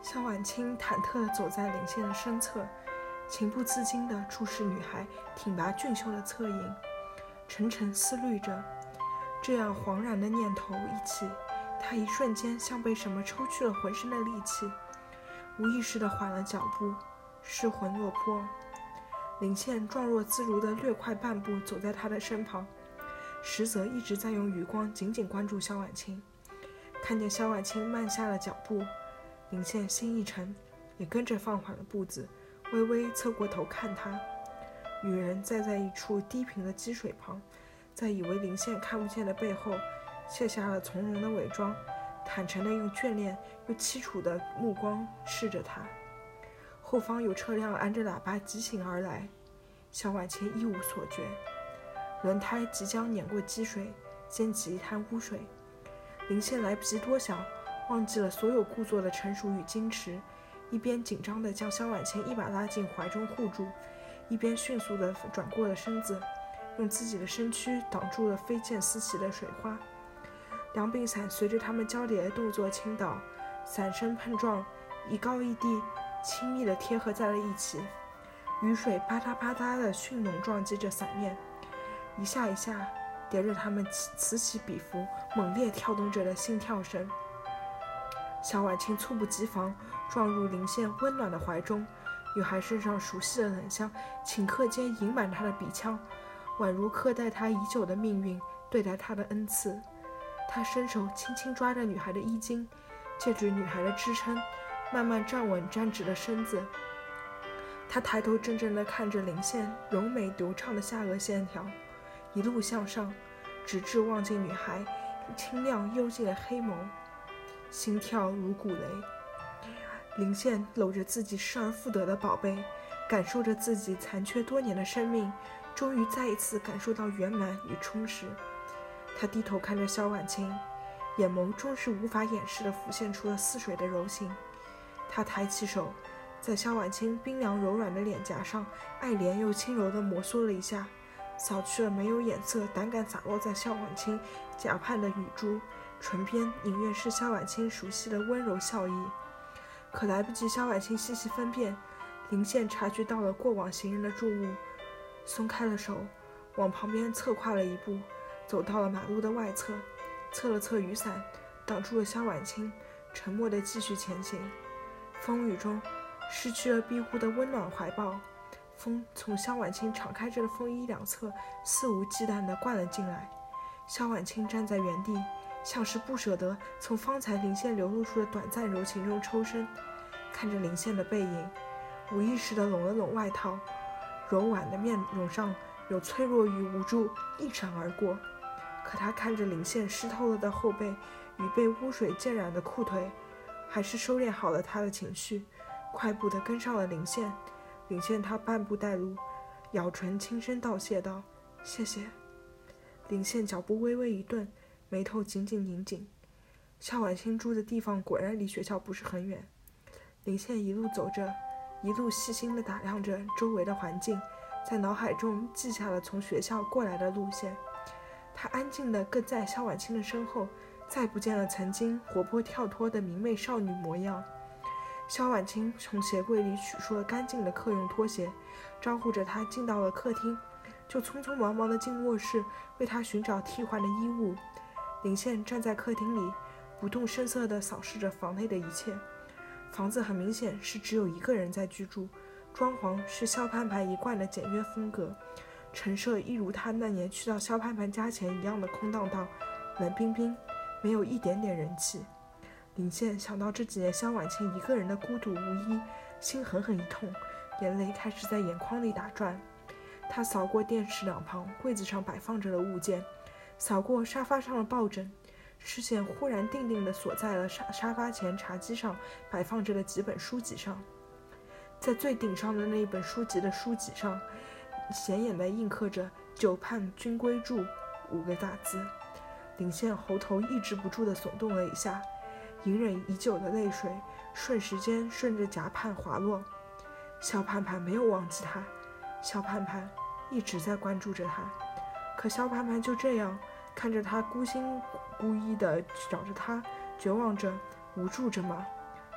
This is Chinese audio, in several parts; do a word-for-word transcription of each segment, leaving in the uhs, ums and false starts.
萧婉清忐忑地走在林宪的身侧，情不自禁地注视女孩挺拔俊秀的侧影，沉沉思虑着。这样惶然的念头一起，他一瞬间像被什么抽去了浑身的力气，无意识地缓了脚步，失魂落魄。林宪状若自如地略快半步走在他的身旁，实则一直在用余光紧紧关注萧婉清。看见萧婉清慢下了脚步，林宪心一沉，也跟着放缓了步子，微微侧过头看她。女人站在一处低平的积水旁，在以为林宪看不见的背后卸下了从容的伪装，坦诚地用眷恋又凄楚的目光视着他。后方有车辆按着喇叭疾行而来，萧婉清一无所觉，轮胎即将碾过积水，溅起一滩污水。林宪来不及多想，忘记了所有故作的成熟与矜持，一边紧张地将萧婉清一把拉进怀中护住，一边迅速地转过了身子，用自己的身躯挡住了飞溅四起的水花。两柄伞随着他们交叠的动作倾倒，伞身碰撞，一高一低，亲密地贴合在了一起。雨水吧嗒吧嗒地迅猛撞击着伞面，一下一下叠着他们此起彼伏、猛烈跳动着的心跳声。萧婉清猝不及防撞入林宪温暖的怀中，女孩身上熟悉的冷香顷刻间盈满她的鼻腔，宛如刻待她已久的命运对待她的恩赐。他伸手轻轻抓着女孩的衣襟，借着女孩的支撑，慢慢站稳站直的身子。他抬头怔怔地看着林宪柔美流畅的下颚线条，一路向上，直至望进女孩清亮幽静的黑眸，心跳如鼓雷。林宪搂着自己失而复得的宝贝，感受着自己残缺多年的生命终于再一次感受到圆满与充实。他低头看着萧婉清，眼眸终是无法掩饰地浮现出了似水的柔情。他抬起手，在萧婉清冰凉柔软的脸颊上爱怜又轻柔地摩挲了一下，扫去了没有眼色胆敢洒落在萧婉清颊畔的雨珠，唇边隐约是萧婉清熟悉的温柔笑意。可来不及萧婉清细细分辨，林宪察觉到了过往行人的注目，松开了手，往旁边侧跨了一步，走到了马路的外侧，侧了侧雨伞，挡住了萧婉清，沉默地继续前行。风雨中失去了庇护的温暖怀抱，风从萧婉清敞开着的风衣两侧肆无忌惮地灌了进来。萧婉清站在原地，像是不舍得从方才林宪流露出的短暂柔情中抽身，看着林宪的背影，无意识地拢了拢外套，柔婉的面容上有脆弱与无助一闪而过。可他看着林宪湿透了的后背与被污水溅染的裤腿，还是收敛好了他的情绪，快步地跟上了林宪。林宪他半步带路，咬唇轻声道谢道：“谢谢。”林宪脚步微微一顿，眉头紧紧拧紧。萧婉清住的地方果然离学校不是很远。林宪一路走着，一路细心地打量着周围的环境，在脑海中记下了从学校过来的路线。他安静地跟在萧婉清的身后，再不见了曾经活泼跳脱的明媚少女模样。萧婉清从鞋柜里取出了干净的客用拖鞋，招呼着他进到了客厅，就匆匆忙忙地进卧室为他寻找替换的衣物。林宪站在客厅里，不动声色地扫视着房内的一切。房子很明显是只有一个人在居住，装潢是萧盼盼一贯的简约风格，陈设一如他那年去到萧盼盼家前一样的空荡荡、冷冰冰，没有一点点人气。林宪想到这几年萧婉清一个人的孤独无依，心狠狠一痛，眼泪开始在眼眶里打转。他扫过电视两旁柜子上摆放着的物件，扫过沙发上的抱枕，视线忽然定定地锁在了沙沙发前茶几上摆放着的几本书籍上。在最顶上的那一本书籍的书脊上，显眼地印刻着“久盼君归住”五个大字。林宪喉头抑制不住地耸动了一下，隐忍已久的泪水瞬时间顺着颊畔滑落。萧盼盼没有忘记他，萧盼盼一直在关注着他。可萧盼盼就这样看着他，孤心孤意地找着他，绝望着，无助着吗？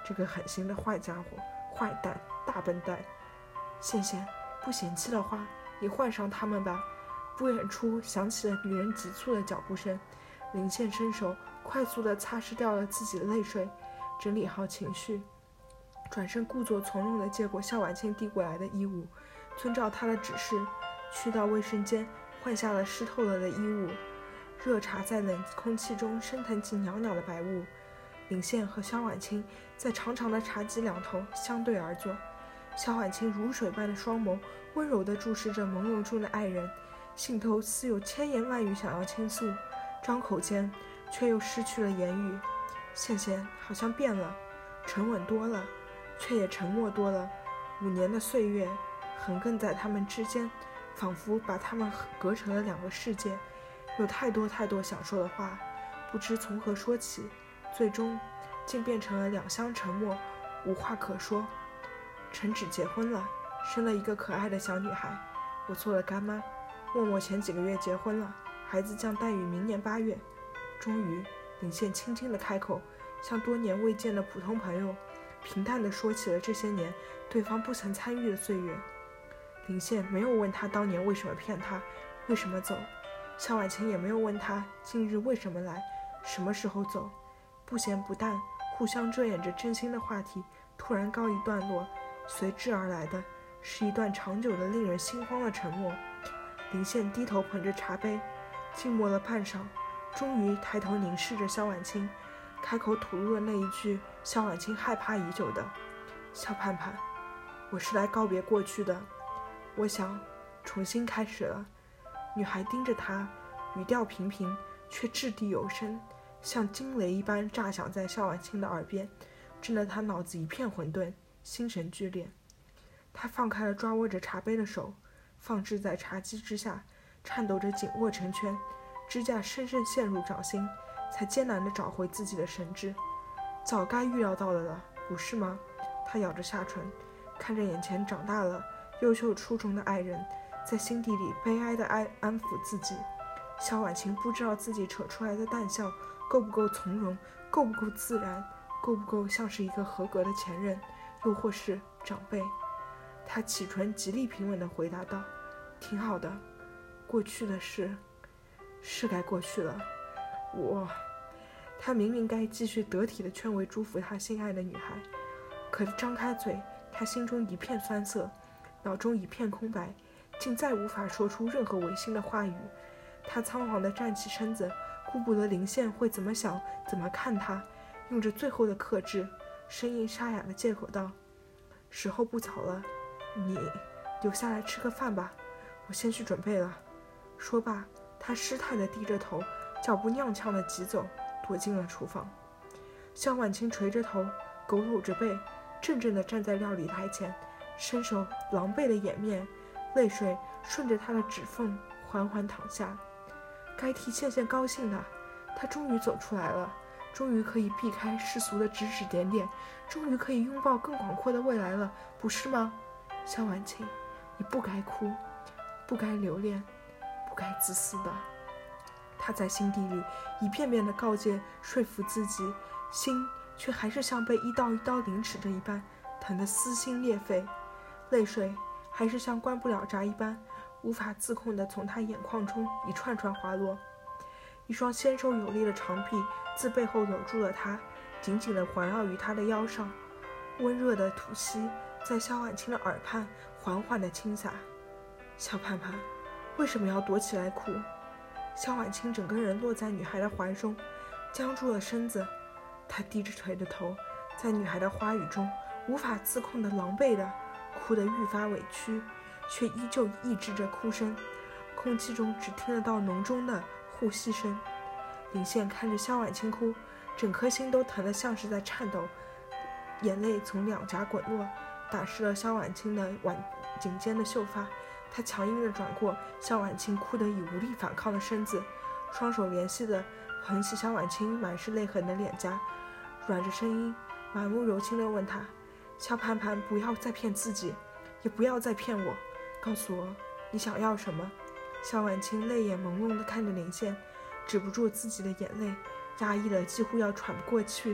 这个狠心的坏家伙，坏蛋，大笨蛋！线线，不嫌弃的话，你换上他们吧。不远处响起了女人急促的脚步声，林线伸手快速地擦拭掉了自己的泪水，整理好情绪，转身故作从容地接过萧婉清递过来的衣物，遵照她的指示，去到卫生间换下了湿透了的衣物。热茶在冷空气中升腾起袅袅的白雾。林线和萧婉清在长长的茶几两头相对而坐，萧婉清如水般的双眸温柔地注视着朦胧中的爱人，心头似有千言万语想要倾诉，张口间却又失去了言语。线线好像变了，沉稳多了，却也沉默多了。五年的岁月横亘在他们之间，仿佛把他们隔成了两个世界，有太多太多想说的话，不知从何说起，最终竟变成了两相沉默，无话可说。陈芷结婚了，生了一个可爱的小女孩，我做了干妈。默默前几个月结婚了，孩子将诞于明年八月。终于，林线轻轻地开口，像多年未见的普通朋友，平淡地说起了这些年对方不曾参与的岁月。林线没有问他当年为什么骗他，为什么走，萧婉清也没有问他近日为什么来，什么时候走。不咸不淡，互相遮掩着真心的话题突然告一段落，随之而来的是一段长久的令人心慌的沉默。林线低头捧着茶杯，静默了半晌，终于抬头凝视着萧婉清，开口吐露了那一句萧婉清害怕已久的：萧盼盼，我是来告别过去的，我想重新开始了。女孩盯着他，语调平平却掷地有声，像惊雷一般炸响在萧婉清的耳边，震得他脑子一片混沌，心神剧烈。他放开了抓握着茶杯的手，放置在茶几之下，颤抖着紧握成圈，指甲深深陷入掌心，才艰难地找回自己的神智。早该预料到的了，不是吗？他咬着下唇，看着眼前长大了优秀出众的爱人，在心底里悲哀地安安抚自己。萧婉清不知道自己扯出来的淡笑够不够从容，够不够自然，够不够像是一个合格的前任，又或是长辈。他启唇极力平稳地回答道：挺好的，过去的事是该过去了。我他明明该继续得体地劝慰祝福他心爱的女孩，可张开嘴，他心中一片酸涩，脑中一片空白，竟再无法说出任何违心的话语。他仓皇地站起身子，顾不得林线会怎么想怎么看他，用着最后的克制，声音沙哑地借口道：时候不早了，你留下来吃个饭吧，我先去准备了。说罢，他失态地低着头，脚步踉跄地疾走，躲进了厨房。萧婉清垂着头，佝偻着背，怔怔地站在料理台前，伸手狼狈地掩面，泪水顺着他的指缝缓缓淌下。该替线线高兴的，他终于走出来了，终于可以避开世俗的指指点点，终于可以拥抱更广阔的未来了，不是吗？萧婉清，你不该哭，不该留恋，不该自私的。他在心底里一遍遍地告诫说服自己，心却还是像被一刀一刀凌迟着一般，疼得撕心裂肺，泪水还是像关不了闸一般，无法自控地从他眼眶中一串串滑落。一双纤瘦有力的长臂自背后搂住了他，紧紧地环绕于他的腰上，温热的吐息在萧婉清的耳畔缓缓地倾洒。小盼盼，为什么要躲起来哭？萧婉清整个人落在女孩的怀中，僵住了身子，她低着垂着头，在女孩的花语中无法自控的狼狈的哭得愈发委屈，却依旧抑制着哭声，空气中只听得到浓重的呼吸声。林线看着萧婉清哭，整颗心都疼得像是在颤抖，眼泪从两颊滚落，打湿了萧婉清的挽颈间的秀发。他强硬地转过萧婉清哭得已无力反抗的身子，双手联系地捧起萧婉清满是泪痕的脸颊，软着声音满目柔情地问她：萧盼盼，不要再骗自己，也不要再骗我，告诉我你想要什么。萧婉清泪眼朦胧地看着林线，止不住自己的眼泪，压抑得几乎要喘不过去，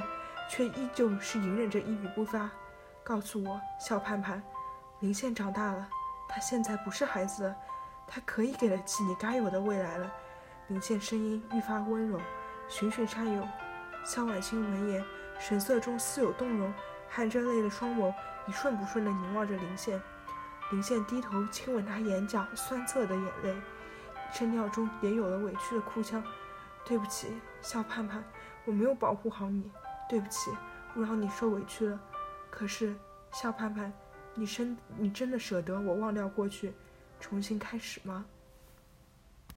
却依旧是隐忍着一语不发。告诉我，小盼盼，林宪长大了，他现在不是孩子了，他可以给得起你该有的未来了。林宪声音愈发温柔，循循善诱。萧婉清闻言，神色中似有动容，含着泪的双眸一瞬不瞬地凝望着林宪。林宪低头亲吻他眼角酸涩的眼泪，声调中也有了委屈的哭腔。对不起，小盼盼，我没有保护好你，对不起，我让你受委屈了。可是，小盼盼，你真你真的舍得我忘掉过去，重新开始吗？